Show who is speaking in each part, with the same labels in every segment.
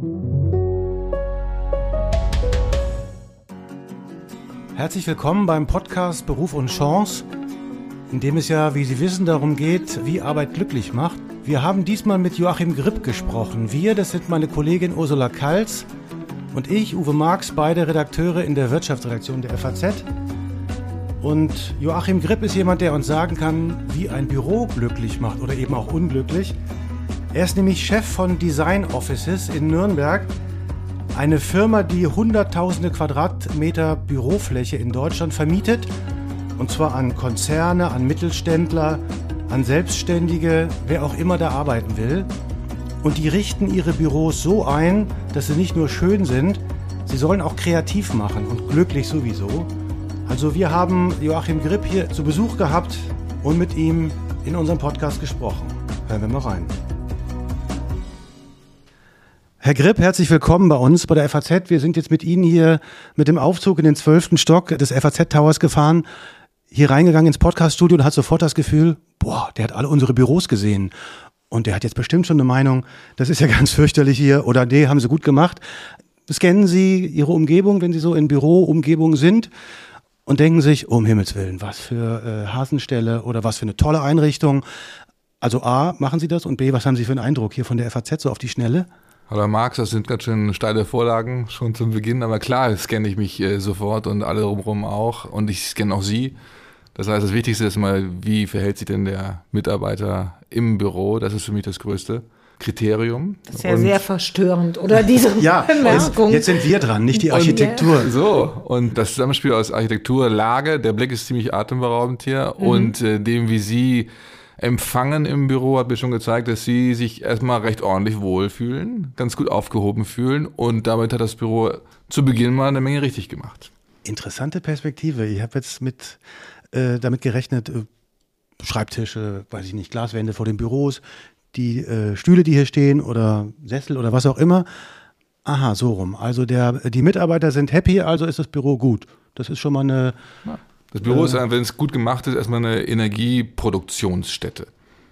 Speaker 1: Herzlich willkommen beim Podcast Beruf und Chance, in dem es ja, wie Sie wissen, darum geht, wie Arbeit glücklich macht. Wir haben diesmal mit Joachim Gripp gesprochen. Wir, das sind meine Kollegin Ursula Kalz und ich, Uwe Marx, beide Redakteure in der Wirtschaftsredaktion der FAZ. Und Joachim Gripp ist jemand, der uns sagen kann, wie ein Büro glücklich macht oder eben auch unglücklich. Er ist nämlich Chef von Design Offices in Nürnberg, eine Firma, die hunderttausende Quadratmeter Bürofläche in Deutschland vermietet, und zwar an Konzerne, an Mittelständler, an Selbstständige, wer auch immer da arbeiten will. Und die richten ihre Büros so ein, dass sie nicht nur schön sind, sie sollen auch kreativ machen und glücklich sowieso. Also wir haben Joachim Gripp hier zu Besuch gehabt und mit ihm in unserem Podcast gesprochen. Hören wir mal rein. Herr Gripp, herzlich willkommen bei uns bei der FAZ. Wir sind jetzt mit Ihnen hier mit dem Aufzug in den 12. Stock des FAZ Towers gefahren, hier reingegangen ins Podcaststudio und hat sofort das Gefühl, der hat alle unsere Büros gesehen. Und der hat jetzt bestimmt schon eine Meinung, das ist ja ganz fürchterlich hier oder nee, haben Sie gut gemacht. Scannen Sie Ihre Umgebung, wenn Sie so in Büroumgebung sind und denken sich, um Himmels Willen, was für Hasenställe oder was für eine tolle Einrichtung. Also A, machen Sie das und B, was haben Sie für einen Eindruck hier von der FAZ so auf die Schnelle?
Speaker 2: Hallo Marx, das sind ganz schön steile Vorlagen schon zum Beginn, aber klar scanne ich mich sofort und alle drumherum auch und ich scanne auch Sie. Das heißt, das Wichtigste ist mal, wie verhält sich denn der Mitarbeiter im Büro? Das ist für mich das größte Kriterium.
Speaker 3: Das ist ja sehr verstörend, oder diese Bemerkung.
Speaker 1: Jetzt sind wir dran, nicht die Architektur.
Speaker 2: Und das Zusammenspiel aus Architektur, Lage, der Blick ist ziemlich atemberaubend hier und dem, wie Sie empfangen im Büro, hat mir schon gezeigt, dass Sie sich erstmal recht ordentlich wohlfühlen, ganz gut aufgehoben fühlen und damit hat das Büro zu Beginn mal eine Menge richtig gemacht.
Speaker 1: Interessante Perspektive. Ich habe jetzt damit gerechnet, Schreibtische, weiß ich nicht, Glaswände vor den Büros, die Stühle, die hier stehen oder Sessel oder was auch immer. Aha, so rum. Also die Mitarbeiter sind happy, also ist das Büro gut. Das ist schon mal eine...
Speaker 2: Ja. Das Büro ist, wenn es gut gemacht ist, erstmal eine Energieproduktionsstätte.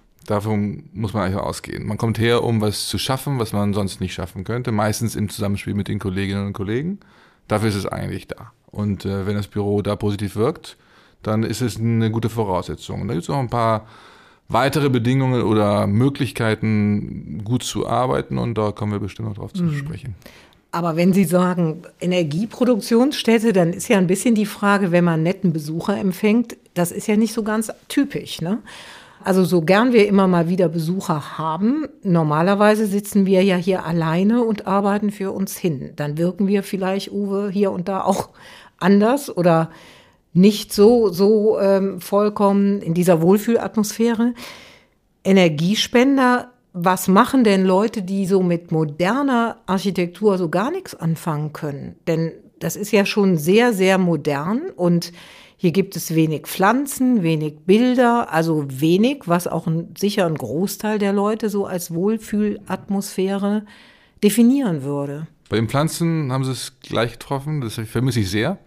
Speaker 2: Davon muss man eigentlich ausgehen. Man kommt her, um was zu schaffen, was man sonst nicht schaffen könnte, meistens im Zusammenspiel mit den Kolleginnen und Kollegen. Dafür ist es eigentlich da. Und wenn das Büro da positiv wirkt, dann ist es eine gute Voraussetzung. Und da gibt es auch ein paar weitere Bedingungen oder Möglichkeiten, gut zu arbeiten und da kommen wir bestimmt noch drauf zu sprechen.
Speaker 3: Aber wenn Sie sagen Energieproduktionsstätte, dann ist ja ein bisschen die Frage, wenn man einen netten Besucher empfängt, das ist ja nicht so ganz typisch, ne? Also so gern wir immer mal wieder Besucher haben, normalerweise sitzen wir ja hier alleine und arbeiten für uns hin. Dann wirken wir vielleicht, Uwe, hier und da auch anders oder nicht so vollkommen in dieser Wohlfühlatmosphäre. Energiespender, was machen denn Leute, die so mit moderner Architektur so gar nichts anfangen können? Denn das ist ja schon sehr, sehr modern und hier gibt es wenig Pflanzen, wenig Bilder, also wenig, was auch sicher ein Großteil der Leute so als Wohlfühlatmosphäre definieren würde.
Speaker 2: Bei den Pflanzen haben Sie es gleich getroffen, das vermisse ich sehr.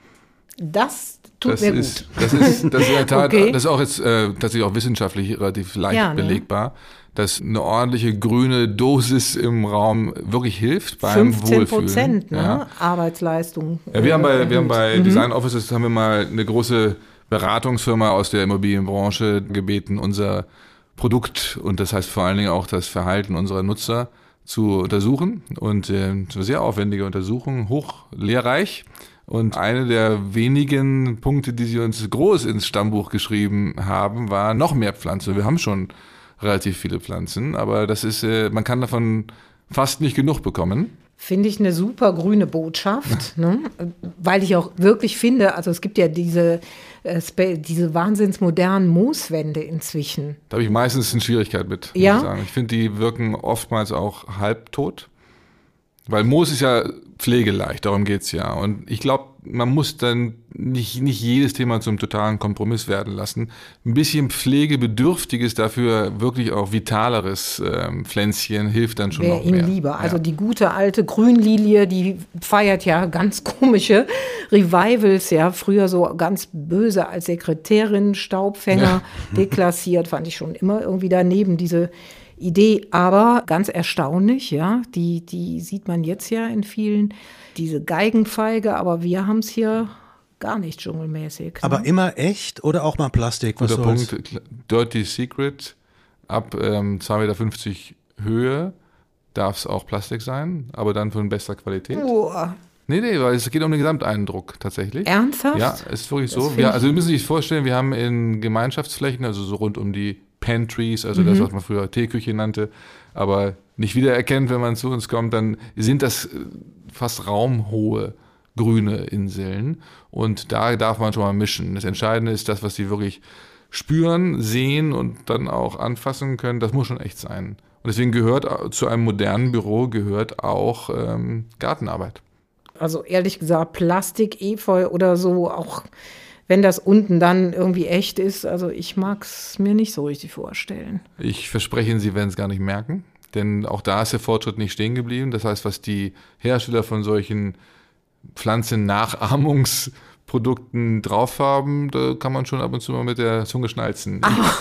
Speaker 3: Das tut mir gut.
Speaker 2: Das ist in der Tat, okay. Das ist auch jetzt tatsächlich auch wissenschaftlich relativ leicht belegbar, dass eine ordentliche grüne Dosis im Raum wirklich hilft beim Wohlfühlen.
Speaker 3: 15%, ne? Arbeitsleistung.
Speaker 2: Ja, wir haben bei Design Offices haben wir mal eine große Beratungsfirma aus der Immobilienbranche gebeten, unser Produkt und das heißt vor allen Dingen auch das Verhalten unserer Nutzer zu untersuchen und eine sehr aufwendige Untersuchung, hoch lehrreich. Und eine der wenigen Punkte, die sie uns groß ins Stammbuch geschrieben haben, war noch mehr Pflanzen. Wir haben schon relativ viele Pflanzen, aber das ist, man kann davon fast nicht genug bekommen.
Speaker 3: Finde ich eine super grüne Botschaft, ne? Weil ich auch wirklich finde, also es gibt ja diese wahnsinns modernen Mooswände inzwischen.
Speaker 2: Da habe ich meistens eine Schwierigkeit mit, muss ich sagen. Ich finde, die wirken oftmals auch halbtot. Weil Moos ist ja pflegeleicht, darum geht's ja. Und ich glaube, man muss dann nicht jedes Thema zum totalen Kompromiss werden lassen. Ein bisschen pflegebedürftiges, dafür wirklich auch vitaleres Pflänzchen hilft dann schon noch mehr. Wäre ihm
Speaker 3: lieber. Also die gute alte Grünlilie, die feiert ja ganz komische Revivals, ja. Früher so ganz böse als Sekretärin, Staubfänger, deklassiert, fand ich schon immer irgendwie daneben. Diese Idee, aber ganz erstaunlich, ja, die sieht man jetzt ja in vielen, diese Geigenfeige, aber wir haben es hier gar nicht dschungelmäßig.
Speaker 1: Aber
Speaker 3: ne?
Speaker 1: immer echt oder auch mal Plastik? Was
Speaker 2: Guter
Speaker 1: soll's?
Speaker 2: Punkt, Dirty Secret, ab 2,50 Meter Höhe darf es auch Plastik sein, aber dann von bester Qualität.
Speaker 3: Boah,
Speaker 2: Nee, weil es geht um den Gesamteindruck tatsächlich.
Speaker 3: ernsthaft?
Speaker 2: Ja, ist wirklich
Speaker 3: Das
Speaker 2: so.
Speaker 3: find
Speaker 2: Also Sie müssen sich vorstellen, wir haben in Gemeinschaftsflächen, also so rund um die Pantries, also das, was man früher Teeküche nannte, aber nicht wiedererkennt, wenn man zu uns kommt, dann sind das fast raumhohe grüne Inseln und da darf man schon mal mischen. Das Entscheidende ist das, was Sie wirklich spüren, sehen und dann auch anfassen können, das muss schon echt sein. Und deswegen gehört zu einem modernen Büro gehört auch Gartenarbeit.
Speaker 3: Also ehrlich gesagt, Plastik, Efeu oder so, auch wenn das unten dann irgendwie echt ist, also ich mag es mir nicht so richtig vorstellen.
Speaker 2: Ich verspreche Ihnen, Sie werden es gar nicht merken, denn auch da ist der Fortschritt nicht stehen geblieben. Das heißt, was die Hersteller von solchen Pflanzennachahmungsprodukten drauf haben, da kann man schon ab und zu mal mit der Zunge schnalzen.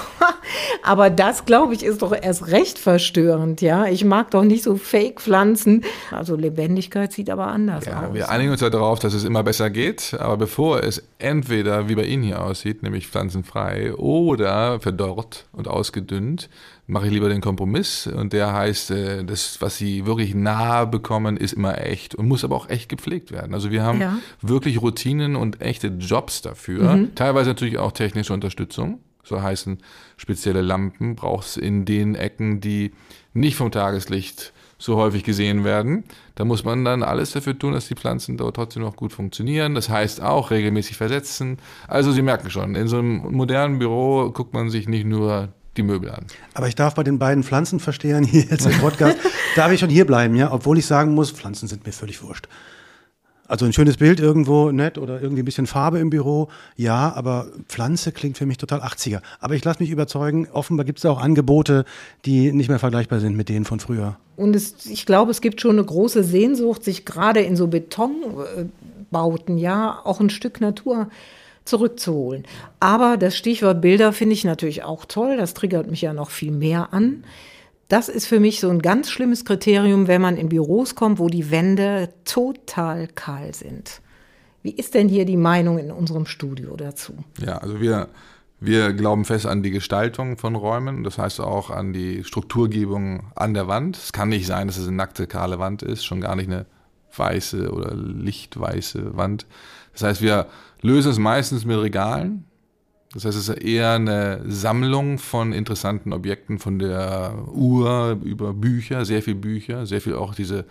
Speaker 3: Aber das, glaube ich, ist doch erst recht verstörend, ja. Ich mag doch nicht so Fake-Pflanzen. Also Lebendigkeit sieht aber anders aus.
Speaker 2: Wir einigen uns ja darauf, dass es immer besser geht, aber bevor es entweder wie bei Ihnen hier aussieht, nämlich pflanzenfrei oder verdorrt und ausgedünnt, mache ich lieber den Kompromiss und der heißt, das, was Sie wirklich nahe bekommen, ist immer echt und muss aber auch echt gepflegt werden. Also wir haben wirklich Routinen und echte Jobs dafür, teilweise natürlich auch technische Unterstützung. So heißen spezielle Lampen braucht es in den Ecken, die nicht vom Tageslicht so häufig gesehen werden. Da muss man dann alles dafür tun, dass die Pflanzen dort trotzdem noch gut funktionieren. Das heißt auch regelmäßig versetzen. Also Sie merken schon, in so einem modernen Büro guckt man sich nicht nur die Möbel an.
Speaker 1: Aber ich darf bei den beiden Pflanzenverstehern hier jetzt im Podcast, darf ich schon hier bleiben, ja, obwohl ich sagen muss, Pflanzen sind mir völlig wurscht. Also ein schönes Bild irgendwo, nett, oder irgendwie ein bisschen Farbe im Büro, ja, aber Pflanze klingt für mich total 80er. Aber ich lasse mich überzeugen, offenbar gibt es auch Angebote, die nicht mehr vergleichbar sind mit denen von früher.
Speaker 3: Und ich glaube, es gibt schon eine große Sehnsucht, sich gerade in so Betonbauten, ja, auch ein Stück Natur zurückzuholen. Aber das Stichwort Bilder finde ich natürlich auch toll, das triggert mich ja noch viel mehr an. Das ist für mich so ein ganz schlimmes Kriterium, wenn man in Büros kommt, wo die Wände total kahl sind. Wie ist denn hier die Meinung in unserem Studio dazu?
Speaker 2: Ja, also wir glauben fest an die Gestaltung von Räumen, das heißt auch an die Strukturgebung an der Wand. Es kann nicht sein, dass es eine nackte, kahle Wand ist, schon gar nicht eine weiße oder lichtweiße Wand. Das heißt, wir lösen es meistens mit Regalen. Das heißt, es ist eher eine Sammlung von interessanten Objekten, von der Uhr über Bücher, sehr viel auch diese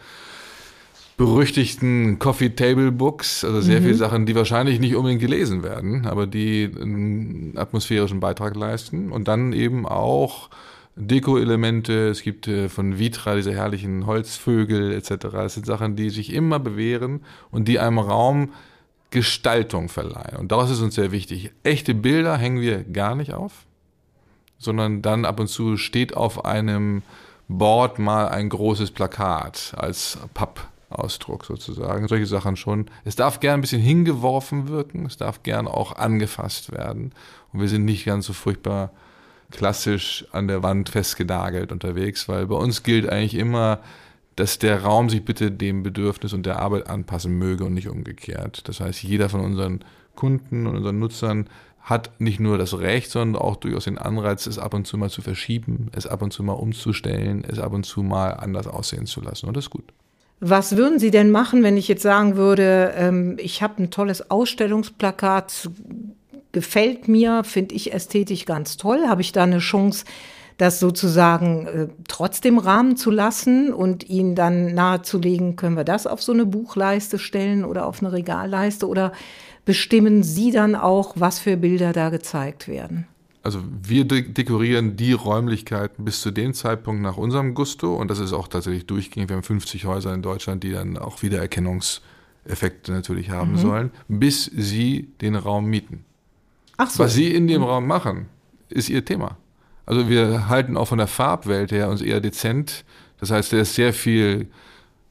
Speaker 2: berüchtigten Coffee Table Books, also sehr viele Sachen, die wahrscheinlich nicht unbedingt gelesen werden, aber die einen atmosphärischen Beitrag leisten. Und dann eben auch Deko-Elemente, es gibt von Vitra diese herrlichen Holzvögel etc. Das sind Sachen, die sich immer bewähren und die einem Raum Gestaltung verleihen. Und daraus ist uns sehr wichtig. Echte Bilder hängen wir gar nicht auf, sondern dann ab und zu steht auf einem Board mal ein großes Plakat als Pappausdruck sozusagen. Solche Sachen schon. Es darf gern ein bisschen hingeworfen wirken, es darf gern auch angefasst werden. Und wir sind nicht ganz so furchtbar klassisch an der Wand festgenagelt unterwegs, weil bei uns gilt eigentlich immer, dass der Raum sich bitte dem Bedürfnis und der Arbeit anpassen möge und nicht umgekehrt. Das heißt, jeder von unseren Kunden und unseren Nutzern hat nicht nur das Recht, sondern auch durchaus den Anreiz, es ab und zu mal zu verschieben, es ab und zu mal umzustellen, es ab und zu mal anders aussehen zu lassen. Und das ist gut.
Speaker 3: Was würden Sie denn machen, wenn ich jetzt sagen würde, ich habe ein tolles Ausstellungsplakat, gefällt mir, finde ich ästhetisch ganz toll, habe ich da eine Chance, das sozusagen trotzdem rahmen zu lassen und Ihnen dann nahezulegen, können wir das auf so eine Buchleiste stellen oder auf eine Regalleiste oder bestimmen Sie dann auch, was für Bilder da gezeigt werden?
Speaker 2: Also wir dekorieren die Räumlichkeiten bis zu dem Zeitpunkt nach unserem Gusto und das ist auch tatsächlich durchgehend. Wir haben 50 Häuser in Deutschland, die dann auch Wiedererkennungseffekte natürlich haben sollen, bis Sie den Raum mieten.
Speaker 3: Ach so.
Speaker 2: Was Sie in dem Raum machen, ist Ihr Thema. Also wir halten auch von der Farbwelt her uns eher dezent. Das heißt, da ist sehr viel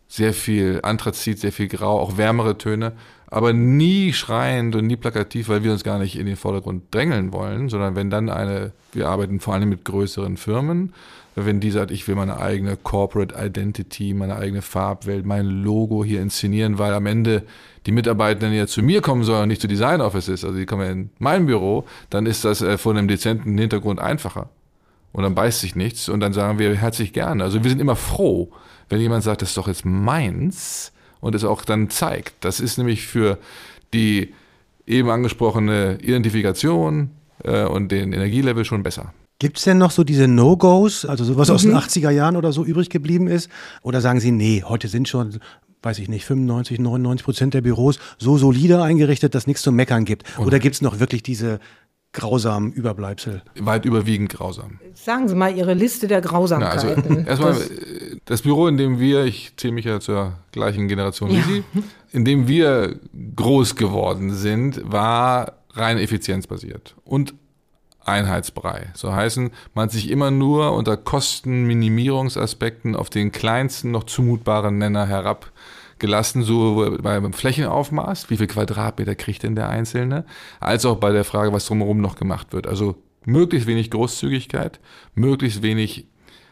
Speaker 2: sehr viel Anthrazit, sehr viel Grau, auch wärmere Töne, aber nie schreiend und nie plakativ, weil wir uns gar nicht in den Vordergrund drängeln wollen, sondern wenn dann wir arbeiten vor allem mit größeren Firmen, wenn die sagt, ich will meine eigene Corporate Identity, meine eigene Farbwelt, mein Logo hier inszenieren, weil am Ende die Mitarbeitenden ja zu mir kommen sollen und nicht zu Design Offices, also die kommen ja in mein Büro, dann ist das vor einem dezenten Hintergrund einfacher. Und dann beißt sich nichts und dann sagen wir herzlich gerne. Also wir sind immer froh, wenn jemand sagt, das ist doch jetzt meins und es auch dann zeigt. Das ist nämlich für die eben angesprochene Identifikation und den Energielevel schon besser.
Speaker 1: Gibt es denn noch so diese No-Gos, also sowas aus den 80er Jahren oder so übrig geblieben ist? Oder sagen Sie, nee, heute sind schon, weiß ich nicht, 95-99% der Büros so solide eingerichtet, dass nichts zu meckern gibt? Oder gibt es noch wirklich diese grausamen Überbleibsel?
Speaker 2: Weit überwiegend grausam.
Speaker 3: Sagen Sie mal Ihre Liste der Grausamkeiten.
Speaker 2: Erstmal das Büro, in dem ich zähle mich ja zur gleichen Generation wie Sie, in dem wir groß geworden sind, war rein effizienzbasiert und Einheitsbrei. So heißen, man hat sich immer nur unter Kostenminimierungsaspekten auf den kleinsten noch zumutbaren Nenner herabgelassen, so beim Flächenaufmaß, wie viel Quadratmeter kriegt denn der Einzelne, als auch bei der Frage, was drumherum noch gemacht wird. Also möglichst wenig Großzügigkeit, möglichst wenig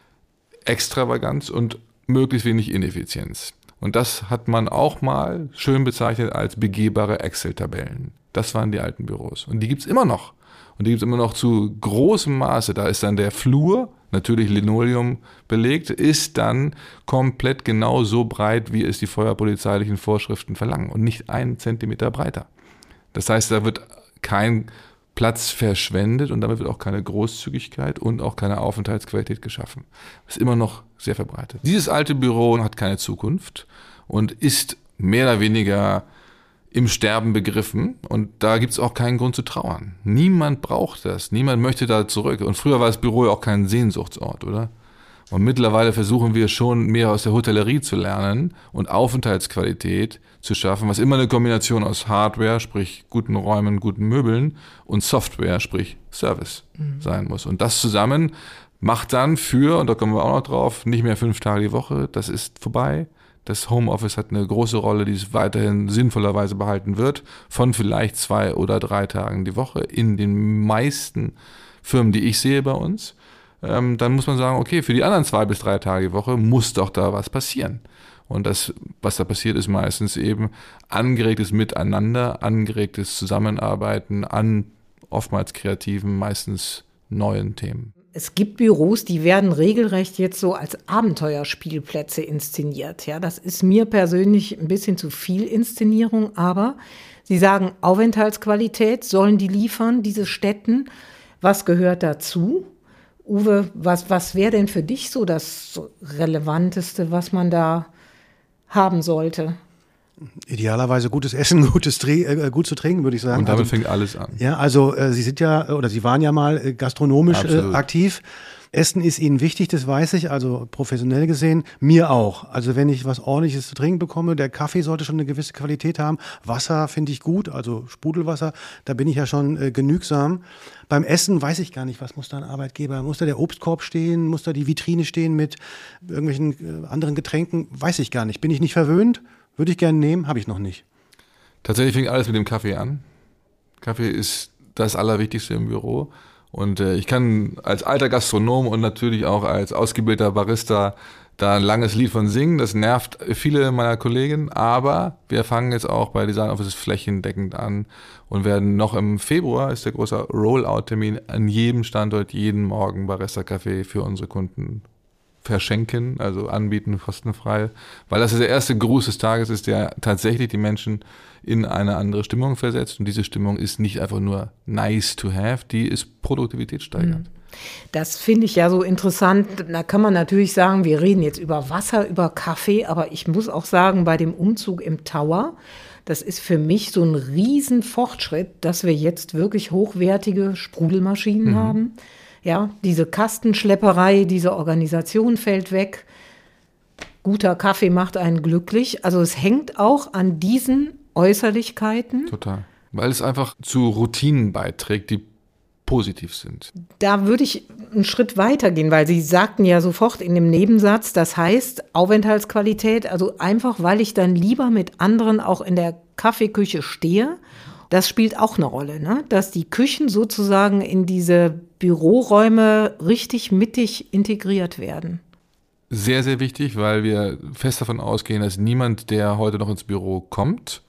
Speaker 2: Extravaganz und möglichst wenig Ineffizienz. Und das hat man auch mal schön bezeichnet als begehbare Excel-Tabellen. Das waren die alten Büros. Und die gibt's immer noch. Und die gibt es immer noch zu großem Maße. Da ist dann der Flur, natürlich Linoleum belegt, ist dann komplett genau so breit, wie es die feuerpolizeilichen Vorschriften verlangen und nicht 1 Zentimeter breiter. Das heißt, da wird kein Platz verschwendet und damit wird auch keine Großzügigkeit und auch keine Aufenthaltsqualität geschaffen. Das ist immer noch sehr verbreitet. Dieses alte Büro hat keine Zukunft und ist mehr oder weniger im Sterben begriffen und da gibt es auch keinen Grund zu trauern. Niemand braucht das, niemand möchte da zurück. Und früher war das Büro ja auch kein Sehnsuchtsort, oder? Und mittlerweile versuchen wir schon mehr aus der Hotellerie zu lernen und Aufenthaltsqualität zu schaffen, was immer eine Kombination aus Hardware, sprich guten Räumen, guten Möbeln und Software, sprich Service sein muss. Und das zusammen macht dann und da kommen wir auch noch drauf, nicht mehr 5 Tage die Woche, das ist vorbei. Das Homeoffice hat eine große Rolle, die es weiterhin sinnvollerweise behalten wird, von vielleicht 2 oder 3 Tagen die Woche in den meisten Firmen, die ich sehe bei uns. Dann muss man sagen, okay, für die anderen 2 bis 3 Tage die Woche muss doch da was passieren. Und das, was da passiert, ist meistens eben angeregtes Miteinander, angeregtes Zusammenarbeiten an oftmals kreativen, meistens neuen Themen.
Speaker 3: Es gibt Büros, die werden regelrecht jetzt so als Abenteuerspielplätze inszeniert. Ja, das ist mir persönlich ein bisschen zu viel Inszenierung, aber Sie sagen, Aufenthaltsqualität sollen die liefern, diese Städten. Was gehört dazu? Uwe, was wäre denn für dich so das Relevanteste, was man da haben sollte?
Speaker 1: Idealerweise gutes Essen, gut zu trinken, würde ich sagen.
Speaker 2: Und damit fängt alles an.
Speaker 1: Ja, also Sie waren ja mal gastronomisch aktiv. Essen ist Ihnen wichtig, das weiß ich, also professionell gesehen, mir auch. Also wenn ich was Ordentliches zu trinken bekomme, der Kaffee sollte schon eine gewisse Qualität haben. Wasser finde ich gut, also Sprudelwasser, da bin ich ja schon genügsam. Beim Essen weiß ich gar nicht, was muss da ein Arbeitgeber, muss da der Obstkorb stehen, muss da die Vitrine stehen mit irgendwelchen anderen Getränken, weiß ich gar nicht. Bin ich nicht verwöhnt? Würde ich gerne nehmen, habe ich noch nicht.
Speaker 2: Tatsächlich fängt alles mit dem Kaffee an. Kaffee ist das Allerwichtigste im Büro. Und ich kann als alter Gastronom und natürlich auch als ausgebildeter Barista da ein langes Lied von singen. Das nervt viele meiner Kollegen, aber wir fangen jetzt auch bei Design Offices flächendeckend an und werden noch im Februar, ist der große Rollout-Termin, an jedem Standort jeden Morgen Barista-Kaffee für unsere Kunden verschenken, also anbieten, kostenfrei, weil das der erste Gruß des Tages ist, der tatsächlich die Menschen in eine andere Stimmung versetzt und diese Stimmung ist nicht einfach nur nice to have, die ist produktivitätssteigernd.
Speaker 3: Das finde ich ja so interessant, da kann man natürlich sagen, wir reden jetzt über Wasser, über Kaffee, aber ich muss auch sagen, bei dem Umzug im Tower, das ist für mich so ein Riesenfortschritt, dass wir jetzt wirklich hochwertige Sprudelmaschinen haben. Ja, diese Kastenschlepperei, diese Organisation fällt weg. Guter Kaffee macht einen glücklich. Also es hängt auch an diesen Äußerlichkeiten.
Speaker 2: Total. Weil es einfach zu Routinen beiträgt, die positiv sind.
Speaker 3: Da würde ich einen Schritt weiter gehen, weil Sie sagten ja sofort in dem Nebensatz, das heißt Aufenthaltsqualität, also einfach, weil ich dann lieber mit anderen auch in der Kaffeeküche stehe. Das spielt auch eine Rolle, ne? Dass die Küchen sozusagen in diese Büroräume richtig mittig integriert werden.
Speaker 2: Sehr, sehr wichtig, weil wir fest davon ausgehen, dass niemand, der heute noch ins Büro kommt,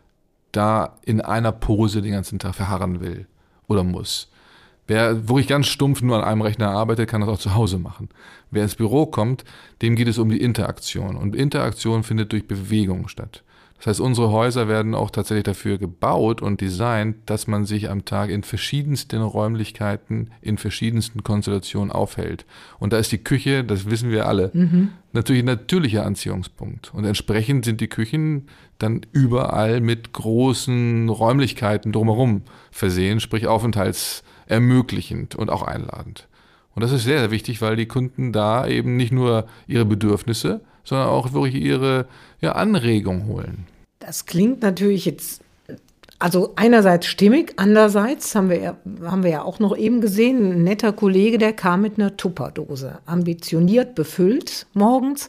Speaker 2: da in einer Pose den ganzen Tag verharren will oder muss. Wer wirklich ganz stumpf nur an einem Rechner arbeitet, kann das auch zu Hause machen. Wer ins Büro kommt, dem geht es um die Interaktion. Und Interaktion findet durch Bewegung statt. Das heißt, unsere Häuser werden auch tatsächlich dafür gebaut und designt, dass man sich am Tag in verschiedensten Räumlichkeiten, in verschiedensten Konstellationen aufhält. Und da ist die Küche, das wissen wir alle, natürlich ein natürlicher Anziehungspunkt. Und entsprechend sind die Küchen dann überall mit großen Räumlichkeiten drumherum versehen, sprich aufenthaltsermöglichend und auch einladend. Und das ist sehr, sehr wichtig, weil die Kunden da eben nicht nur ihre Bedürfnisse, sondern auch wirklich ihre Anregung holen.
Speaker 3: Das klingt natürlich jetzt, also einerseits stimmig, andererseits haben wir ja auch noch eben gesehen, ein netter Kollege, der kam mit einer Tupperdose, ambitioniert befüllt morgens.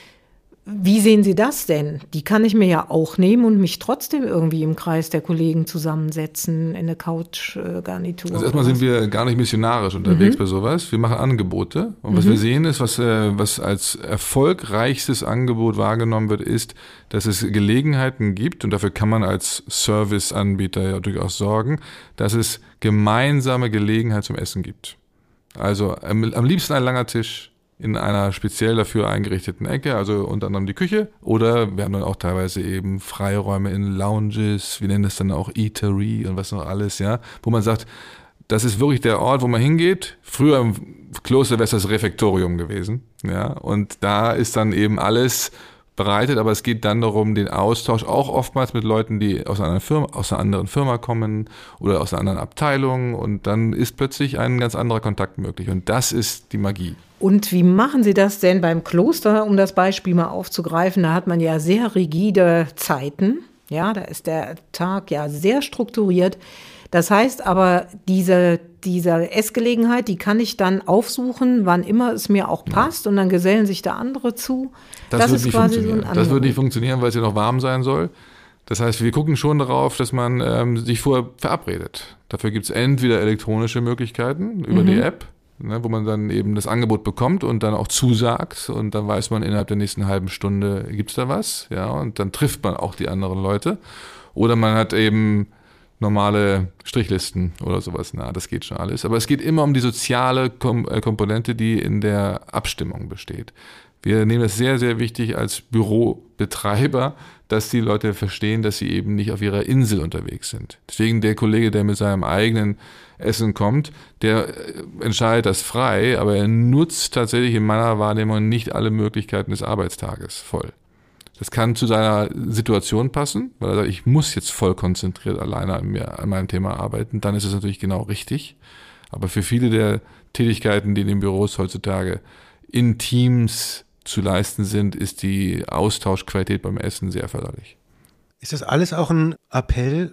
Speaker 3: Wie sehen Sie das denn? Die kann ich mir ja auch nehmen und mich trotzdem irgendwie im Kreis der Kollegen zusammensetzen in eine Couchgarnitur.
Speaker 2: Also erstmal sind wir gar nicht missionarisch unterwegs bei sowas. Wir machen Angebote. Und was wir sehen ist, was als erfolgreichstes Angebot wahrgenommen wird, ist, dass es Gelegenheiten gibt, und dafür kann man als Serviceanbieter ja durchaus sorgen, dass es gemeinsame Gelegenheit zum Essen gibt. Also am liebsten ein langer Tisch in einer speziell dafür eingerichteten Ecke, also unter anderem die Küche, oder wir haben dann auch teilweise eben Freiräume in Lounges, wir nennen das dann auch Eatery und was noch alles, ja, wo man sagt, das ist wirklich der Ort, wo man hingeht. Früher im Kloster wäre es das Refektorium gewesen, ja, und da ist dann eben alles bereitet, aber es geht dann darum, den Austausch auch oftmals mit Leuten, die aus einer anderen Firma kommen oder aus einer anderen Abteilung, und dann ist plötzlich ein ganz anderer Kontakt möglich, und das ist die Magie.
Speaker 3: Und wie machen Sie das denn beim Kloster, um das Beispiel mal aufzugreifen? Da hat man ja sehr rigide Zeiten. Ja, da ist der Tag ja sehr strukturiert. Das heißt aber, diese Essgelegenheit, die kann ich dann aufsuchen, wann immer es mir auch passt, und dann gesellen sich da andere zu.
Speaker 2: Das wird nicht funktionieren. Das wird nicht funktionieren, weil es ja noch warm sein soll. Das heißt, wir gucken schon darauf, dass man sich vorher verabredet. Dafür gibt es entweder elektronische Möglichkeiten über die App, wo man dann eben das Angebot bekommt und dann auch zusagt, und dann weiß man, innerhalb der nächsten halben Stunde gibt es da was, ja, und dann trifft man auch die anderen Leute. Oder man hat eben normale Strichlisten oder sowas, das geht schon alles. Aber es geht immer um die soziale Komponente, die in der Abstimmung besteht. Wir nehmen das sehr, sehr wichtig als Bürobetreiber, dass die Leute verstehen, dass sie eben nicht auf ihrer Insel unterwegs sind. Deswegen der Kollege, der mit seinem eigenen Essen kommt, der entscheidet das frei, aber er nutzt tatsächlich in meiner Wahrnehmung nicht alle Möglichkeiten des Arbeitstages voll. Das kann zu seiner Situation passen, weil er sagt, ich muss jetzt voll konzentriert alleine an meinem Thema arbeiten. Dann ist es natürlich genau richtig. Aber für viele der Tätigkeiten, die in den Büros heutzutage in Teams zu leisten sind, ist die Austauschqualität beim Essen sehr förderlich.
Speaker 1: Ist das alles auch ein Appell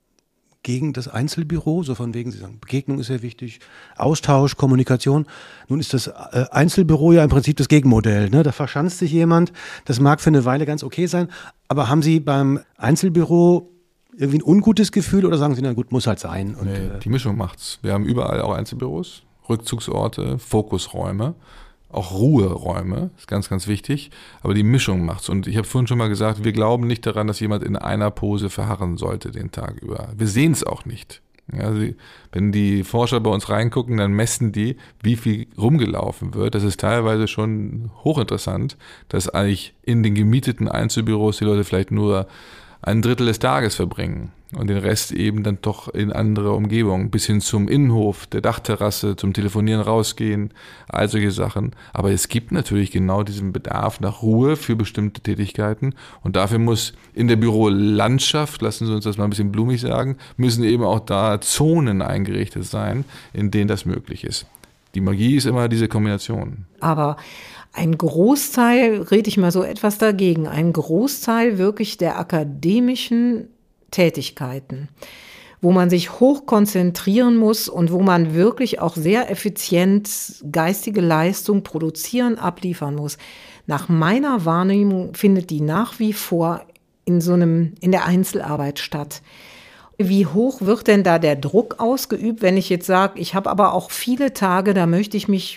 Speaker 1: gegen das Einzelbüro? So von wegen, Sie sagen, Begegnung ist sehr wichtig, Austausch, Kommunikation. Nun ist das Einzelbüro ja im Prinzip das Gegenmodell, ne? Da verschanzt sich jemand, das mag für eine Weile ganz okay sein, aber haben Sie beim Einzelbüro irgendwie ein ungutes Gefühl oder sagen Sie, na gut, muss halt sein? Und,
Speaker 2: die Mischung macht's. Wir haben überall auch Einzelbüros, Rückzugsorte, Fokusräume, auch Ruheräume, ist ganz, ganz wichtig, aber die Mischung macht's. Und ich habe vorhin schon mal gesagt, wir glauben nicht daran, dass jemand in einer Pose verharren sollte den Tag über. Wir sehen es auch nicht. Ja, wenn die Forscher bei uns reingucken, dann messen die, wie viel rumgelaufen wird. Das ist teilweise schon hochinteressant, dass eigentlich in den gemieteten Einzelbüros die Leute vielleicht nur ein Drittel des Tages verbringen und den Rest eben dann doch in andere Umgebungen, bis hin zum Innenhof, der Dachterrasse, zum Telefonieren rausgehen, all solche Sachen. Aber es gibt natürlich genau diesen Bedarf nach Ruhe für bestimmte Tätigkeiten, und dafür muss in der Bürolandschaft, lassen Sie uns das mal ein bisschen blumig sagen, müssen eben auch da Zonen eingerichtet sein, in denen das möglich ist. Die Magie ist immer diese Kombination.
Speaker 3: Aber ein Großteil, rede ich mal so etwas dagegen, ein Großteil wirklich der akademischen Tätigkeiten wo man sich hoch konzentrieren muss und wo man wirklich auch sehr effizient geistige Leistung produzieren, abliefern muss. Nach meiner Wahrnehmung findet die nach wie vor in der Einzelarbeit statt. Wie hoch wird denn da der Druck ausgeübt, wenn ich jetzt sage, ich habe aber auch viele Tage, da möchte ich mich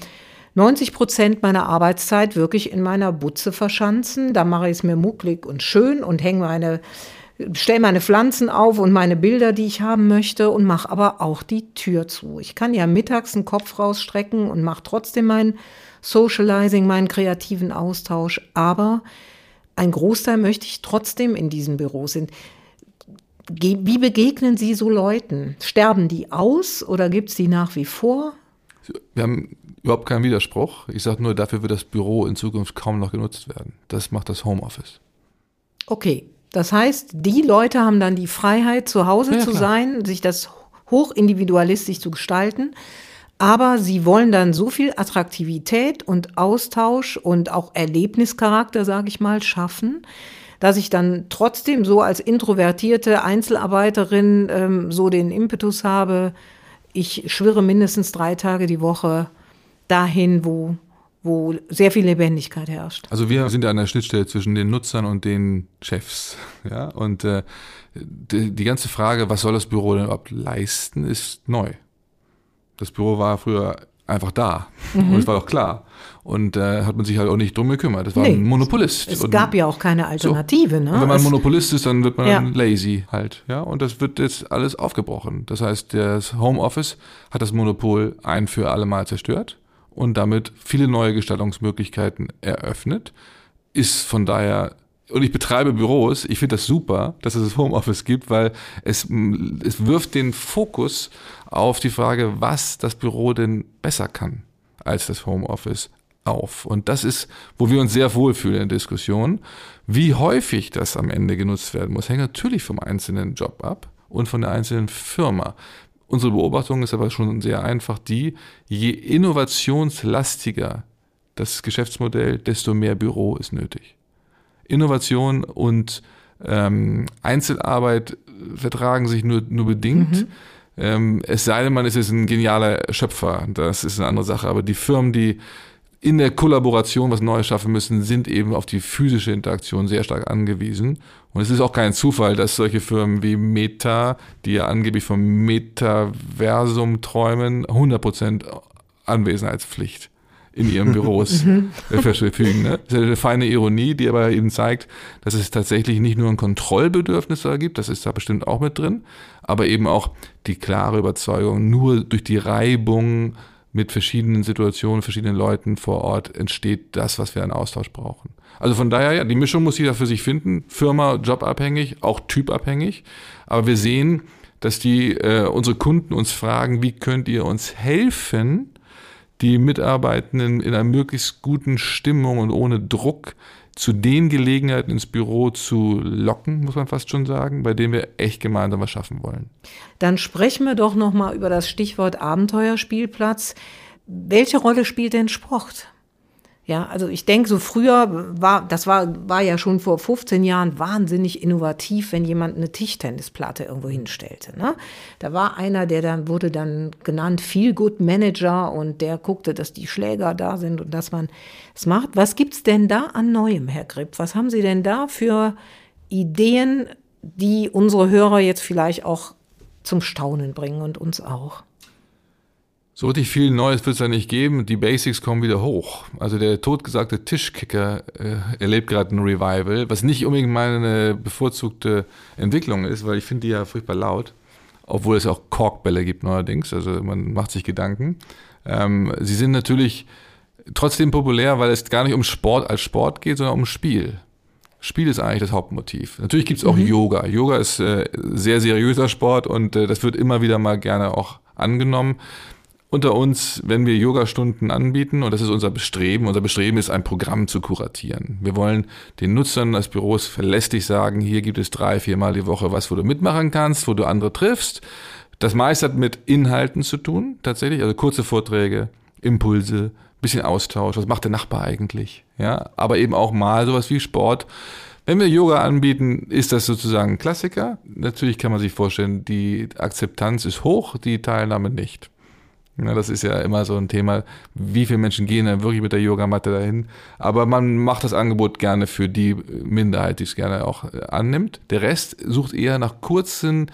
Speaker 3: 90% meiner Arbeitszeit wirklich in meiner Butze verschanzen. Da mache ich es mir mucklig und schön und stelle meine Pflanzen auf und meine Bilder, die ich haben möchte, und mache aber auch die Tür zu. Ich kann ja mittags den Kopf rausstrecken und mache trotzdem mein Socializing, meinen kreativen Austausch, aber ein Großteil möchte ich trotzdem in diesem Büro sind. Wie begegnen Sie so Leuten? Sterben die aus oder gibt es die nach wie vor?
Speaker 2: Wir haben überhaupt keinen Widerspruch. Ich sage nur, dafür wird das Büro in Zukunft kaum noch genutzt werden. Das macht das Homeoffice.
Speaker 3: Okay, das heißt, die Leute haben dann die Freiheit, zu Hause zu sein, sich das hochindividualistisch zu gestalten. Aber sie wollen dann so viel Attraktivität und Austausch und auch Erlebnischarakter, sage ich mal, schaffen, dass ich dann trotzdem so als introvertierte Einzelarbeiterin so den Impetus habe, ich schwirre mindestens 3 Tage die Woche dahin, wo sehr viel Lebendigkeit herrscht.
Speaker 2: Also wir sind an der Schnittstelle zwischen den Nutzern und den Chefs. Ja? Und die ganze Frage, was soll das Büro denn überhaupt leisten, ist neu. Das Büro war früher einfach da. Und es war doch klar. Und hat man sich halt auch nicht drum gekümmert. Das war ein Monopolist.
Speaker 3: Es gab ja auch keine Alternative.
Speaker 2: So.
Speaker 3: Ne?
Speaker 2: Und wenn man Monopolist ist, dann wird man lazy halt. Ja? Und das wird jetzt alles aufgebrochen. Das heißt, das Homeoffice hat das Monopol ein für alle Mal zerstört und damit viele neue Gestaltungsmöglichkeiten eröffnet. Ist von daher, und ich betreibe Büros, ich finde das super, dass es das Homeoffice gibt, weil es wirft den Fokus auf die Frage, was das Büro denn besser kann als das Homeoffice auf. Und das ist, wo wir uns sehr wohlfühlen in der Diskussion. Wie häufig das am Ende genutzt werden muss, hängt natürlich vom einzelnen Job ab und von der einzelnen Firma. Unsere Beobachtung ist aber schon sehr einfach je innovationslastiger das Geschäftsmodell, desto mehr Büro ist nötig. Innovation und Einzelarbeit vertragen sich nur bedingt. Es sei denn, man ist jetzt ein genialer Schöpfer, das ist eine andere Sache. Aber die Firmen, die in der Kollaboration was Neues schaffen müssen, sind eben auf die physische Interaktion sehr stark angewiesen. Und es ist auch kein Zufall, dass solche Firmen wie Meta, die ja angeblich vom Metaversum träumen, 100% Anwesenheitspflicht in ihren Büros verfügen. Ne? Das ist eine feine Ironie, die aber eben zeigt, dass es tatsächlich nicht nur ein Kontrollbedürfnis da gibt, das ist da bestimmt auch mit drin, aber eben auch die klare Überzeugung, nur durch die Reibung mit verschiedenen Situationen, verschiedenen Leuten vor Ort entsteht das, was wir an Austausch brauchen. Also von daher, ja, die Mischung muss jeder für sich finden, Firma, jobabhängig, auch typabhängig, aber wir sehen, dass unsere Kunden uns fragen, wie könnt ihr uns helfen, die Mitarbeitenden in einer möglichst guten Stimmung und ohne Druck zu den Gelegenheiten ins Büro zu locken, muss man fast schon sagen, bei denen wir echt gemeinsam was schaffen wollen.
Speaker 3: Dann sprechen wir doch noch mal über das Stichwort Abenteuerspielplatz. Welche Rolle spielt denn Sport? Ja, also ich denke, so früher war ja schon vor 15 Jahren wahnsinnig innovativ, wenn jemand eine Tischtennisplatte irgendwo hinstellte. Ne? Da war einer, wurde dann genannt Feel-Good-Manager und der guckte, dass die Schläger da sind und dass man es macht. Was gibt's denn da an Neuem, Herr Gripp? Was haben Sie denn da für Ideen, die unsere Hörer jetzt vielleicht auch zum Staunen bringen und uns auch?
Speaker 2: So richtig viel Neues wird es ja nicht geben. Die Basics kommen wieder hoch. Also der totgesagte Tischkicker erlebt gerade ein Revival, was nicht unbedingt meine bevorzugte Entwicklung ist, weil ich finde die ja furchtbar laut, obwohl es auch Korkbälle gibt neuerdings, also man macht sich Gedanken. Sie sind natürlich trotzdem populär, weil es gar nicht um Sport als Sport geht, sondern um Spiel. Spiel ist eigentlich das Hauptmotiv. Natürlich gibt es auch Yoga. Yoga ist sehr seriöser Sport und das wird immer wieder mal gerne auch angenommen. Unter uns, wenn wir Yogastunden anbieten, und das ist unser Bestreben ist, ein Programm zu kuratieren. Wir wollen den Nutzern des Büros verlässlich sagen, hier gibt es 3-4 Mal die Woche was, wo du mitmachen kannst, wo du andere triffst. Das meiste hat mit Inhalten zu tun, tatsächlich, also kurze Vorträge, Impulse, bisschen Austausch, was macht der Nachbar eigentlich? Ja, aber eben auch mal sowas wie Sport. Wenn wir Yoga anbieten, ist das sozusagen ein Klassiker. Natürlich kann man sich vorstellen, die Akzeptanz ist hoch, die Teilnahme nicht. Ja, das ist ja immer so ein Thema, wie viele Menschen gehen dann wirklich mit der Yogamatte dahin. Aber man macht das Angebot gerne für die Minderheit, die es gerne auch annimmt. Der Rest sucht eher nach kurzen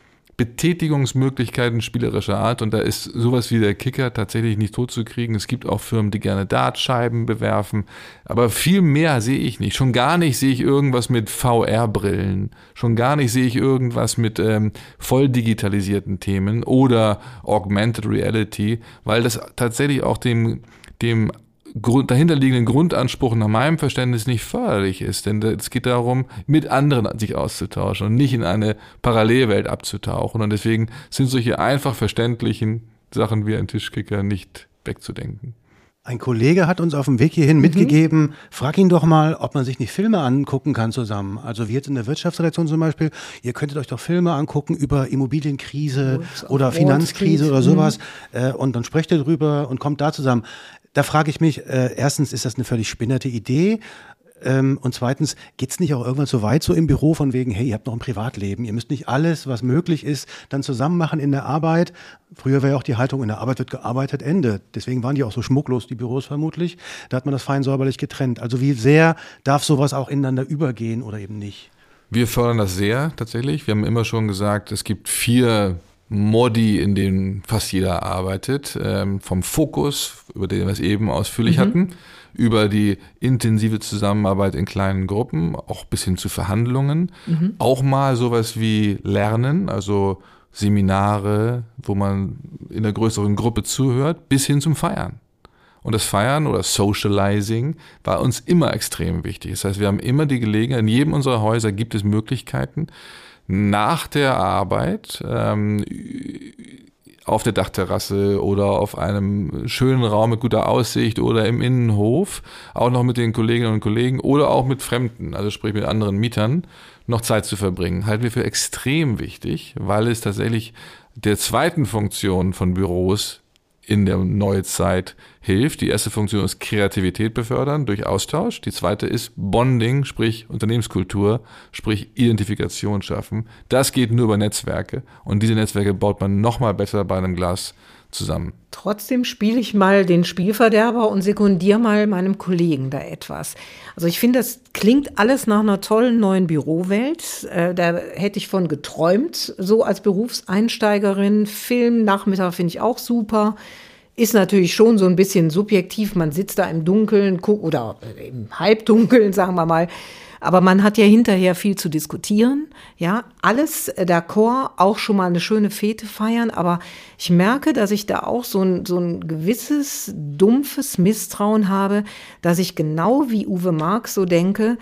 Speaker 2: Betätigungsmöglichkeiten spielerischer Art und da ist sowas wie der Kicker tatsächlich nicht totzukriegen. Es gibt auch Firmen, die gerne Dartscheiben bewerfen, aber viel mehr sehe ich nicht. Schon gar nicht sehe ich irgendwas mit VR-Brillen, schon gar nicht sehe ich irgendwas mit voll digitalisierten Themen oder Augmented Reality, weil das tatsächlich auch dem dahinterliegenden Grundanspruch nach meinem Verständnis nicht förderlich ist. Denn es geht darum, mit anderen sich auszutauschen und nicht in eine Parallelwelt abzutauchen. Und deswegen sind solche einfach verständlichen Sachen wie ein Tischkicker nicht wegzudenken.
Speaker 1: Ein Kollege hat uns auf dem Weg hierhin mitgegeben, frag ihn doch mal, ob man sich nicht Filme angucken kann zusammen. Also wir jetzt in der Wirtschaftsredaktion zum Beispiel, ihr könntet euch doch Filme angucken über Immobilienkrise oder Finanzkrise oder sowas. Und dann sprecht ihr drüber und kommt da zusammen. Da frage ich mich, erstens, ist das eine völlig spinnerte Idee? Und zweitens, geht's nicht auch irgendwann so weit so im Büro von wegen, hey, ihr habt noch ein Privatleben, ihr müsst nicht alles, was möglich ist, dann zusammen machen in der Arbeit. Früher war ja auch die Haltung, in der Arbeit wird gearbeitet, Ende. Deswegen waren die auch so schmucklos, die Büros vermutlich. Da hat man das fein säuberlich getrennt. Also wie sehr darf sowas auch ineinander übergehen oder eben nicht?
Speaker 2: Wir fördern das sehr tatsächlich. Wir haben immer schon gesagt, es gibt 4 Modi, in denen fast jeder arbeitet, vom Fokus, über den wir es eben ausführlich hatten, über die intensive Zusammenarbeit in kleinen Gruppen, auch bis hin zu Verhandlungen, auch mal sowas wie Lernen, also Seminare, wo man in einer größeren Gruppe zuhört, bis hin zum Feiern. Und das Feiern oder Socializing war uns immer extrem wichtig. Das heißt, wir haben immer die Gelegenheit, in jedem unserer Häuser gibt es Möglichkeiten, nach der Arbeit auf der Dachterrasse oder auf einem schönen Raum mit guter Aussicht oder im Innenhof, auch noch mit den Kolleginnen und Kollegen oder auch mit Fremden, also sprich mit anderen Mietern, noch Zeit zu verbringen. Halten wir für extrem wichtig, weil es tatsächlich der zweiten Funktion von Büros in der Neuzeit hilft. Die erste Funktion ist Kreativität befördern durch Austausch. Die zweite ist Bonding, sprich Unternehmenskultur, sprich Identifikation schaffen. Das geht nur über Netzwerke und diese Netzwerke baut man nochmal besser bei einem Glas zusammen.
Speaker 3: Trotzdem spiele ich mal den Spielverderber und sekundiere mal meinem Kollegen da etwas. Also ich finde, das klingt alles nach einer tollen neuen Bürowelt. Da hätte ich von geträumt, so als Berufseinsteigerin. Film, Nachmittag finde ich auch super. Ist natürlich schon so ein bisschen subjektiv. Man sitzt da im Dunkeln oder im Halbdunkeln, sagen wir mal. Aber man hat ja hinterher viel zu diskutieren, ja, alles d'accord, auch schon mal eine schöne Fete feiern, aber ich merke, dass ich da auch so ein gewisses dumpfes Misstrauen habe, dass ich genau wie Uwe Marx so denke,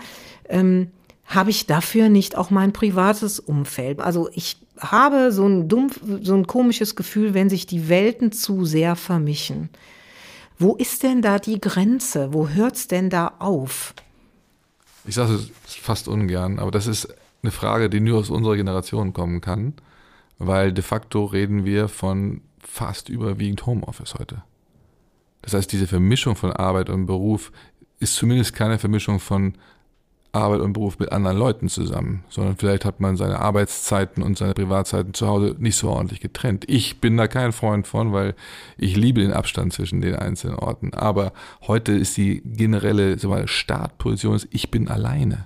Speaker 3: habe ich dafür nicht auch mein privates Umfeld. Also ich habe so ein komisches Gefühl, wenn sich die Welten zu sehr vermischen. Wo ist denn da die Grenze? Wo hört's denn da auf?
Speaker 2: Ich sage es fast ungern, aber das ist eine Frage, die nur aus unserer Generation kommen kann, weil de facto reden wir von fast überwiegend Homeoffice heute. Das heißt, diese Vermischung von Arbeit und Beruf ist zumindest keine Vermischung von Arbeit und Beruf mit anderen Leuten zusammen, sondern vielleicht hat man seine Arbeitszeiten und seine Privatzeiten zu Hause nicht so ordentlich getrennt. Ich bin da kein Freund von, weil ich liebe den Abstand zwischen den einzelnen Orten. Aber heute ist die generelle Startposition, ich bin alleine.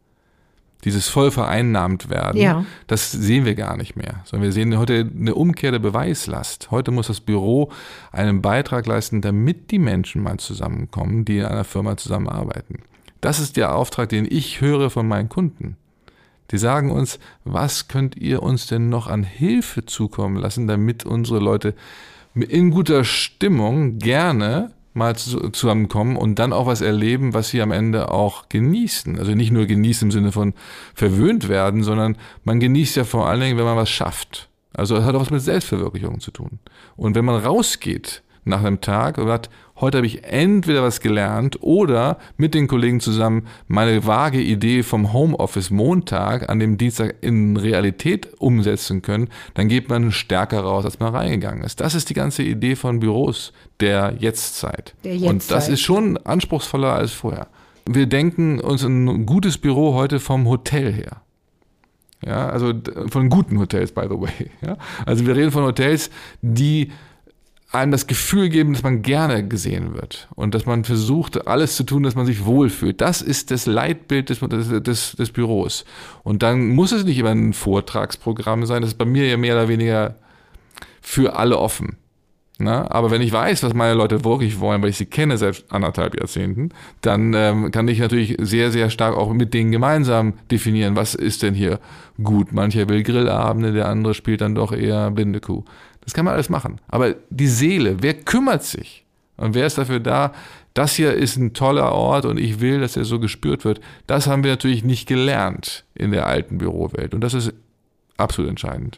Speaker 2: Dieses voll vereinnahmt werden, Das sehen wir gar nicht mehr. Sondern wir sehen heute eine Umkehr der Beweislast. Heute muss das Büro einen Beitrag leisten, damit die Menschen mal zusammenkommen, die in einer Firma zusammenarbeiten. Das ist der Auftrag, den ich höre von meinen Kunden. Die sagen uns, was könnt ihr uns denn noch an Hilfe zukommen lassen, damit unsere Leute in guter Stimmung gerne mal zusammenkommen und dann auch was erleben, was sie am Ende auch genießen. Also nicht nur genießen im Sinne von verwöhnt werden, sondern man genießt ja vor allen Dingen, wenn man was schafft. Also das hat auch was mit Selbstverwirklichung zu tun. Und wenn man rausgeht nach einem Tag und sagt, heute habe ich entweder was gelernt oder mit den Kollegen zusammen meine vage Idee vom Homeoffice Montag an dem Dienstag in Realität umsetzen können, dann geht man stärker raus, als man reingegangen ist. Das ist die ganze Idee von Büros der Jetztzeit. Und das ist schon anspruchsvoller als vorher. Wir denken uns ein gutes Büro heute vom Hotel her. Ja, also von guten Hotels, by the way. Ja? Also wir reden von Hotels, die einem das Gefühl geben, dass man gerne gesehen wird und dass man versucht, alles zu tun, dass man sich wohlfühlt. Das ist das Leitbild des Büros. Und dann muss es nicht immer ein Vortragsprogramm sein. Das ist bei mir ja mehr oder weniger für alle offen. Na, aber wenn ich weiß, was meine Leute wirklich wollen, weil ich sie kenne seit 1,5 Jahrzehnten, dann kann ich natürlich sehr, sehr stark auch mit denen gemeinsam definieren, was ist denn hier gut. Mancher will Grillabende, der andere spielt dann doch eher blinde Kuh. Das kann man alles machen. Aber die Seele, wer kümmert sich? Und wer ist dafür da? Das hier ist ein toller Ort und ich will, dass er so gespürt wird. Das haben wir natürlich nicht gelernt in der alten Bürowelt. Und das ist absolut entscheidend.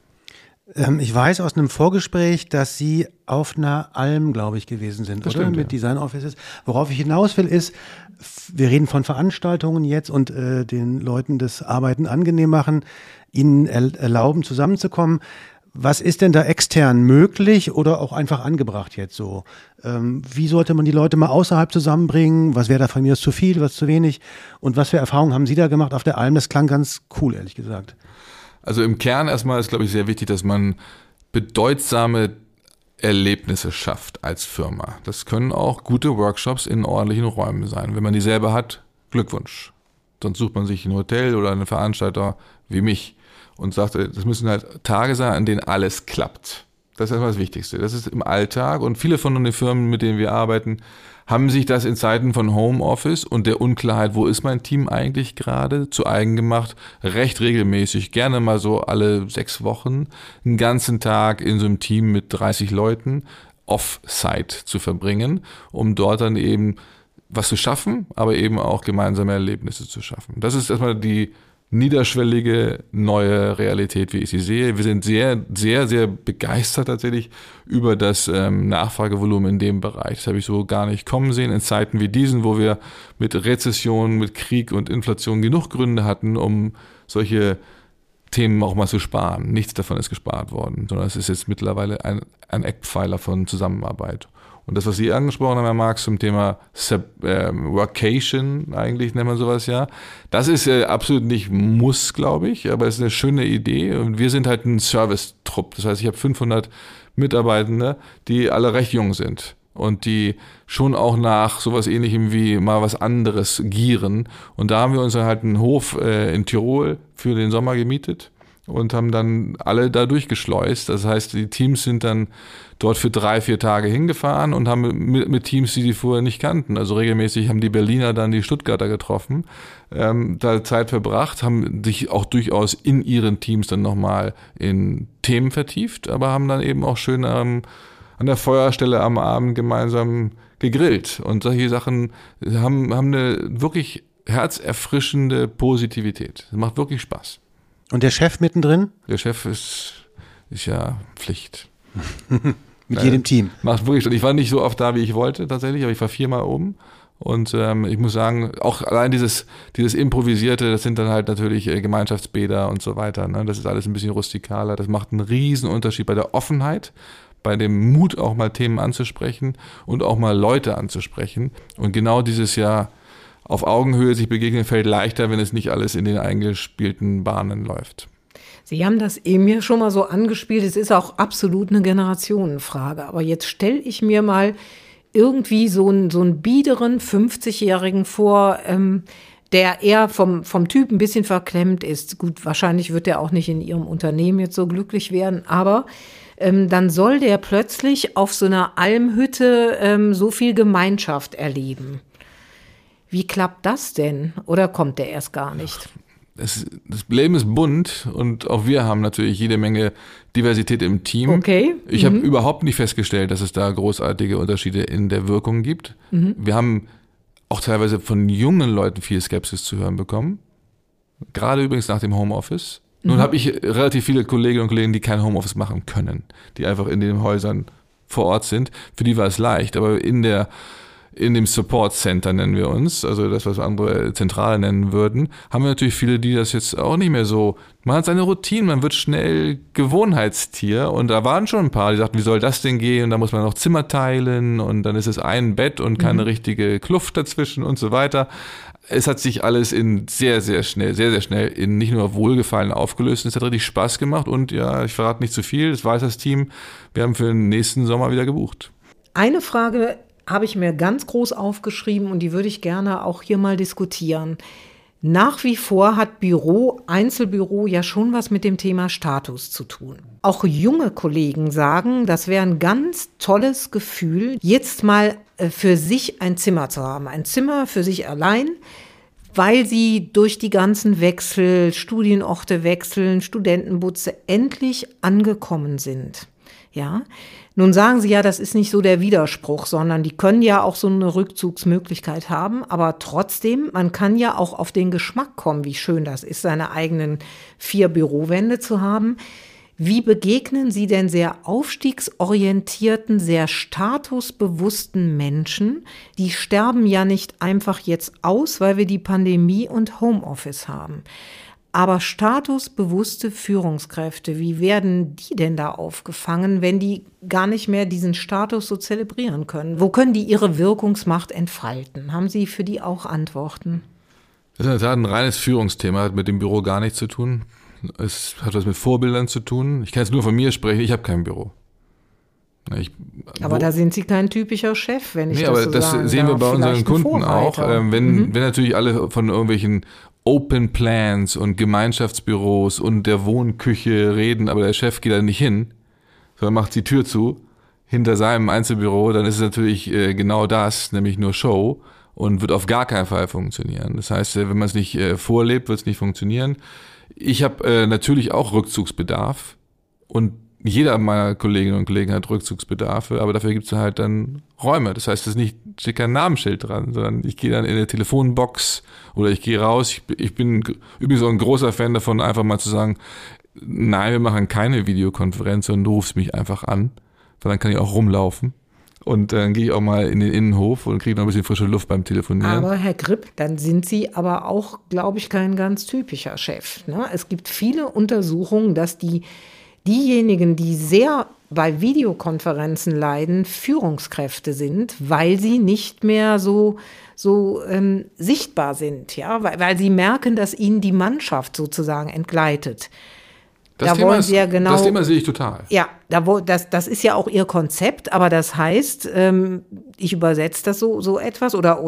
Speaker 1: Ich weiß aus einem Vorgespräch, dass Sie auf einer Alm, glaube ich, gewesen sind,
Speaker 2: das
Speaker 1: oder?
Speaker 2: Stimmt,
Speaker 1: mit Design Offices. Worauf ich hinaus will, ist, wir reden von Veranstaltungen jetzt und den Leuten das Arbeiten angenehm machen, ihnen erlauben, zusammenzukommen. Was ist denn da extern möglich oder auch einfach angebracht jetzt so? Wie sollte man die Leute mal außerhalb zusammenbringen? Was wäre da von mir aus zu viel, was zu wenig? Und was für Erfahrungen haben Sie da gemacht auf der Alm? Das klang ganz cool, ehrlich gesagt.
Speaker 2: Also im Kern erstmal ist, glaube ich, sehr wichtig, dass man bedeutsame Erlebnisse schafft als Firma. Das können auch gute Workshops in ordentlichen Räumen sein. Wenn man die selber hat, Glückwunsch. Sonst sucht man sich ein Hotel oder einen Veranstalter wie mich und sagt, das müssen halt Tage sein, an denen alles klappt. Das ist erstmal das Wichtigste. Das ist im Alltag und viele von den Firmen, mit denen wir arbeiten, haben sich das in Zeiten von Homeoffice und der Unklarheit, wo ist mein Team eigentlich gerade, zu eigen gemacht, recht regelmäßig, gerne mal so alle 6 Wochen, einen ganzen Tag in so einem Team mit 30 Leuten off-site zu verbringen, um dort dann eben was zu schaffen, aber eben auch gemeinsame Erlebnisse zu schaffen. Das ist erstmal die niederschwellige neue Realität, wie ich sie sehe. Wir sind sehr, sehr, sehr begeistert tatsächlich über das Nachfragevolumen in dem Bereich. Das habe ich so gar nicht kommen sehen in Zeiten wie diesen, wo wir mit Rezession, mit Krieg und Inflation genug Gründe hatten, um solche Themen auch mal zu sparen. Nichts davon ist gespart worden, sondern es ist jetzt mittlerweile ein Eckpfeiler von Zusammenarbeit. Und das, was Sie angesprochen haben, Herr Marx, zum Thema Workation, eigentlich nennt man sowas ja, das ist absolut nicht Muss, glaube ich, aber es ist eine schöne Idee. Und wir sind halt ein Service-Trupp. Das heißt, ich habe 500 Mitarbeitende, die alle recht jung sind und die schon auch nach sowas Ähnlichem wie mal was anderes gieren. Und da haben wir uns halt einen Hof in Tirol für den Sommer gemietet und haben dann alle da durchgeschleust. Das heißt, die Teams sind dann dort für 3-4 Tage hingefahren und haben mit Teams, die vorher nicht kannten. Also regelmäßig haben die Berliner dann die Stuttgarter getroffen, da Zeit verbracht, haben sich auch durchaus in ihren Teams dann nochmal in Themen vertieft, aber haben dann eben auch schön an der Feuerstelle am Abend gemeinsam gegrillt. Und solche Sachen haben eine wirklich herzerfrischende Positivität. Das macht wirklich Spaß.
Speaker 1: Und der Chef mittendrin?
Speaker 2: Der Chef ist ja Pflicht.
Speaker 1: Mit jedem Team.
Speaker 2: Macht wirklich. Und ich war nicht so oft da, wie ich wollte tatsächlich, aber ich war 4-mal oben. Und ich muss sagen, auch allein dieses Improvisierte, das sind dann halt natürlich Gemeinschaftsbäder und so weiter. Ne? Das ist alles ein bisschen rustikaler. Das macht einen riesen Unterschied bei der Offenheit, bei dem Mut, auch mal Themen anzusprechen und auch mal Leute anzusprechen. Und genau dieses Jahr auf Augenhöhe sich begegnen, fällt leichter, wenn es nicht alles in den eingespielten Bahnen läuft.
Speaker 3: Sie haben das eben hier schon mal so angespielt. Es ist auch absolut eine Generationenfrage. Aber jetzt stelle ich mir mal irgendwie so einen biederen 50-Jährigen vor, der eher vom Typ ein bisschen verklemmt ist. Gut, wahrscheinlich wird der auch nicht in Ihrem Unternehmen jetzt so glücklich werden, aber dann soll der plötzlich auf so einer Almhütte so viel Gemeinschaft erleben. Wie klappt das denn? Oder kommt der erst gar nicht?
Speaker 2: Das Leben ist bunt und auch wir haben natürlich jede Menge Diversität im Team.
Speaker 3: Okay.
Speaker 2: Ich habe überhaupt nicht festgestellt, dass es da großartige Unterschiede in der Wirkung gibt. Wir haben auch teilweise von jungen Leuten viel Skepsis zu hören bekommen. Gerade übrigens nach dem Homeoffice. Nun habe ich relativ viele Kolleginnen und Kollegen, die kein Homeoffice machen können, die einfach in den Häusern vor Ort sind. Für die war es leicht, aber in der in dem Support Center nennen wir uns, also das, was andere Zentrale nennen würden, haben wir natürlich viele, die das jetzt auch nicht mehr so, man hat seine Routine, man wird schnell Gewohnheitstier und da waren schon ein paar, die sagten, wie soll das denn gehen und da muss man noch Zimmer teilen und dann ist es ein Bett und keine richtige Kluft dazwischen und so weiter. Es hat sich alles in sehr, sehr schnell in nicht nur Wohlgefallen aufgelöst. Es hat richtig Spaß gemacht und ja, ich verrate nicht zu viel, das weiß das Team. Wir haben für den nächsten Sommer wieder gebucht.
Speaker 3: Eine Frage habe ich mir ganz groß aufgeschrieben und die würde ich gerne auch hier mal diskutieren. Nach wie vor hat Einzelbüro ja schon was mit dem Thema Status zu tun. Auch junge Kollegen sagen, das wäre ein ganz tolles Gefühl, jetzt mal für sich ein Zimmer zu haben. Ein Zimmer für sich allein, weil sie durch die ganzen Wechsel, Studienorte wechseln, Studentenbutze endlich angekommen sind. Ja, nun sagen Sie ja, das ist nicht so der Widerspruch, sondern die können ja auch so eine Rückzugsmöglichkeit haben, aber trotzdem, man kann ja auch auf den Geschmack kommen, wie schön das ist, seine eigenen 4 Bürowände zu haben. Wie begegnen Sie denn sehr aufstiegsorientierten, sehr statusbewussten Menschen? Die sterben ja nicht einfach jetzt aus, weil wir die Pandemie und Homeoffice haben. Aber statusbewusste Führungskräfte, wie werden die denn da aufgefangen, wenn die gar nicht mehr diesen Status so zelebrieren können? Wo können die ihre Wirkungsmacht entfalten? Haben Sie für die auch Antworten?
Speaker 2: Das ist in der Tat ein reines Führungsthema, hat mit dem Büro gar nichts zu tun. Es hat was mit Vorbildern zu tun. Ich kann jetzt nur von mir sprechen, ich habe kein Büro.
Speaker 3: Aber da sind Sie kein typischer Chef, wenn ich das so sagen darf.
Speaker 2: Aber das sehen wir bei unseren Kunden auch. Wenn natürlich alle von irgendwelchen Open Plans und Gemeinschaftsbüros und der Wohnküche reden, aber der Chef geht da nicht hin, sondern macht die Tür zu hinter seinem Einzelbüro, dann ist es natürlich genau das, nämlich nur Show und wird auf gar keinen Fall funktionieren. Das heißt, wenn man es nicht vorlebt, wird es nicht funktionieren. Ich habe natürlich auch Rückzugsbedarf und jeder meiner Kolleginnen und Kollegen hat Rückzugsbedarfe, aber dafür gibt es halt dann Räume. Das heißt, es steht kein Namensschild dran, sondern ich gehe dann in eine Telefonbox oder ich gehe raus. Ich bin übrigens auch ein großer Fan davon, einfach mal zu sagen, nein, wir machen keine Videokonferenz, sondern du rufst mich einfach an, weil dann kann ich auch rumlaufen. Und dann gehe ich auch mal in den Innenhof und kriege noch ein bisschen frische Luft beim Telefonieren.
Speaker 3: Aber Herr Gripp, dann sind Sie aber auch, glaube ich, kein ganz typischer Chef, ne? Es gibt viele Untersuchungen, dass diejenigen, die sehr bei Videokonferenzen leiden, Führungskräfte sind, weil sie nicht mehr so sichtbar sind, ja, weil sie merken, dass ihnen die Mannschaft sozusagen entgleitet.
Speaker 2: Das Thema sehe ich total.
Speaker 3: Ja, das ist ja auch Ihr Konzept, aber das heißt, ich übersetze das so etwas oder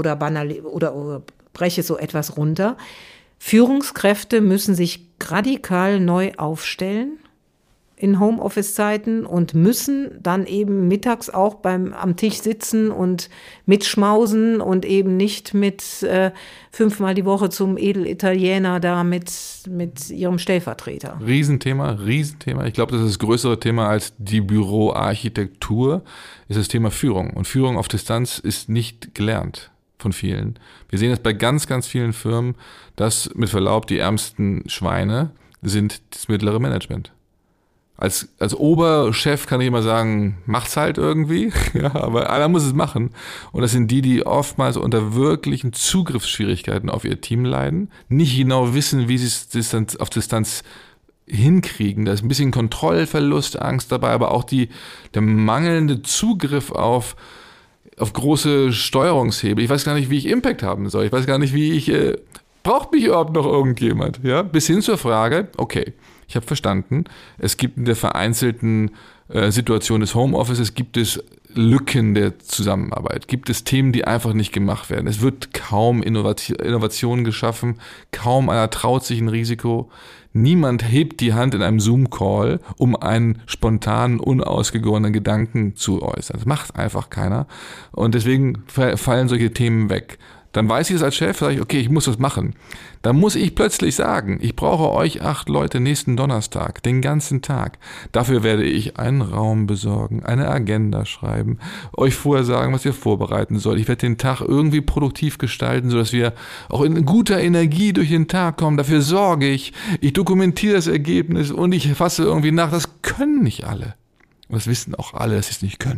Speaker 3: breche so etwas runter. Führungskräfte müssen sich radikal neu aufstellen in Homeoffice-Zeiten und müssen dann eben mittags auch am Tisch sitzen und mitschmausen und eben nicht mit 5-mal die Woche zum Edelitaliener da mit ihrem Stellvertreter.
Speaker 2: Riesenthema. Ich glaube, das ist das größere Thema als die Büroarchitektur, ist das Thema Führung. Und Führung auf Distanz ist nicht gelernt von vielen. Wir sehen das bei ganz, ganz vielen Firmen, dass mit Verlaub die ärmsten Schweine sind das mittlere Management. Als Oberchef kann ich immer sagen, macht's halt irgendwie, ja, aber einer muss es machen. Und das sind die oftmals unter wirklichen Zugriffsschwierigkeiten auf ihr Team leiden, nicht genau wissen, wie sie es auf Distanz hinkriegen. Da ist ein bisschen Kontrollverlust, Angst dabei, aber auch der mangelnde Zugriff auf große Steuerungshebel. Ich weiß gar nicht, wie ich Impact haben soll. Ich weiß gar nicht, braucht mich überhaupt noch irgendjemand? Ja? Bis hin zur Frage, okay, ich habe verstanden, es gibt in der vereinzelten Situation des Homeoffices, gibt es Lücken der Zusammenarbeit, gibt es Themen, die einfach nicht gemacht werden. Es wird kaum Innovation geschaffen, kaum einer traut sich ein Risiko. Niemand hebt die Hand in einem Zoom-Call, um einen spontanen, unausgegorenen Gedanken zu äußern. Das macht einfach keiner. Und deswegen fallen solche Themen weg. Dann weiß ich es als Chef, sage ich, okay, ich muss das machen. Dann muss ich plötzlich sagen, ich brauche euch 8 Leute nächsten Donnerstag, den ganzen Tag. Dafür werde ich einen Raum besorgen, eine Agenda schreiben, euch vorher sagen, was ihr vorbereiten sollt. Ich werde den Tag irgendwie produktiv gestalten, sodass wir auch in guter Energie durch den Tag kommen. Dafür sorge ich. Ich dokumentiere das Ergebnis und ich fasse irgendwie nach. Das können nicht alle. Und das wissen auch alle, dass sie es nicht können.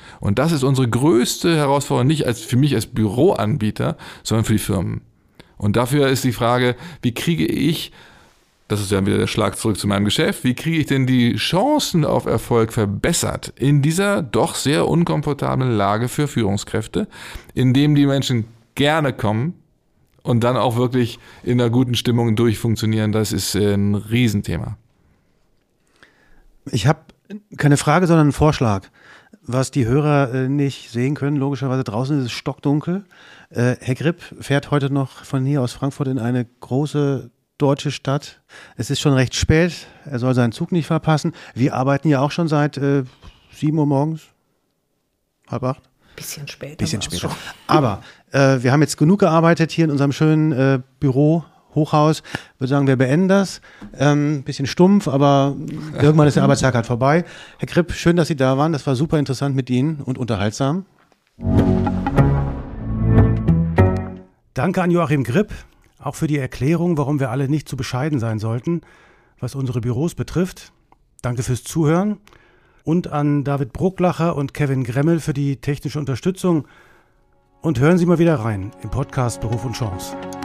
Speaker 2: Und das ist unsere größte Herausforderung, nicht für mich als Büroanbieter, sondern für die Firmen. Und dafür ist die Frage, wie kriege ich, das ist ja wieder der Schlag zurück zu meinem Geschäft, wie kriege ich denn die Chancen auf Erfolg verbessert in dieser doch sehr unkomfortablen Lage für Führungskräfte, in dem die Menschen gerne kommen und dann auch wirklich in einer guten Stimmung durchfunktionieren. Das ist ein Riesenthema.
Speaker 1: Ich habe keine Frage, sondern einen Vorschlag. Was die Hörer nicht sehen können, logischerweise draußen ist es stockdunkel. Herr Gripp fährt heute noch von hier aus Frankfurt in eine große deutsche Stadt. Es ist schon recht spät, er soll seinen Zug nicht verpassen. Wir arbeiten ja auch schon seit 7 Uhr morgens, 7:30.
Speaker 3: Bisschen später.
Speaker 1: Bisschen später. Aber wir haben jetzt genug gearbeitet hier in unserem schönen Büro, Hochhaus. Ich würde sagen, wir beenden das. Bisschen stumpf, aber irgendwann ist der Arbeitstag halt vorbei. Herr Gripp, schön, dass Sie da waren. Das war super interessant mit Ihnen und unterhaltsam. Danke an Joachim Gripp, auch für die Erklärung, warum wir alle nicht zu bescheiden sein sollten, was unsere Büros betrifft. Danke fürs Zuhören. Und an David Brucklacher und Kevin Gremmel für die technische Unterstützung. Und hören Sie mal wieder rein im Podcast Beruf und Chance.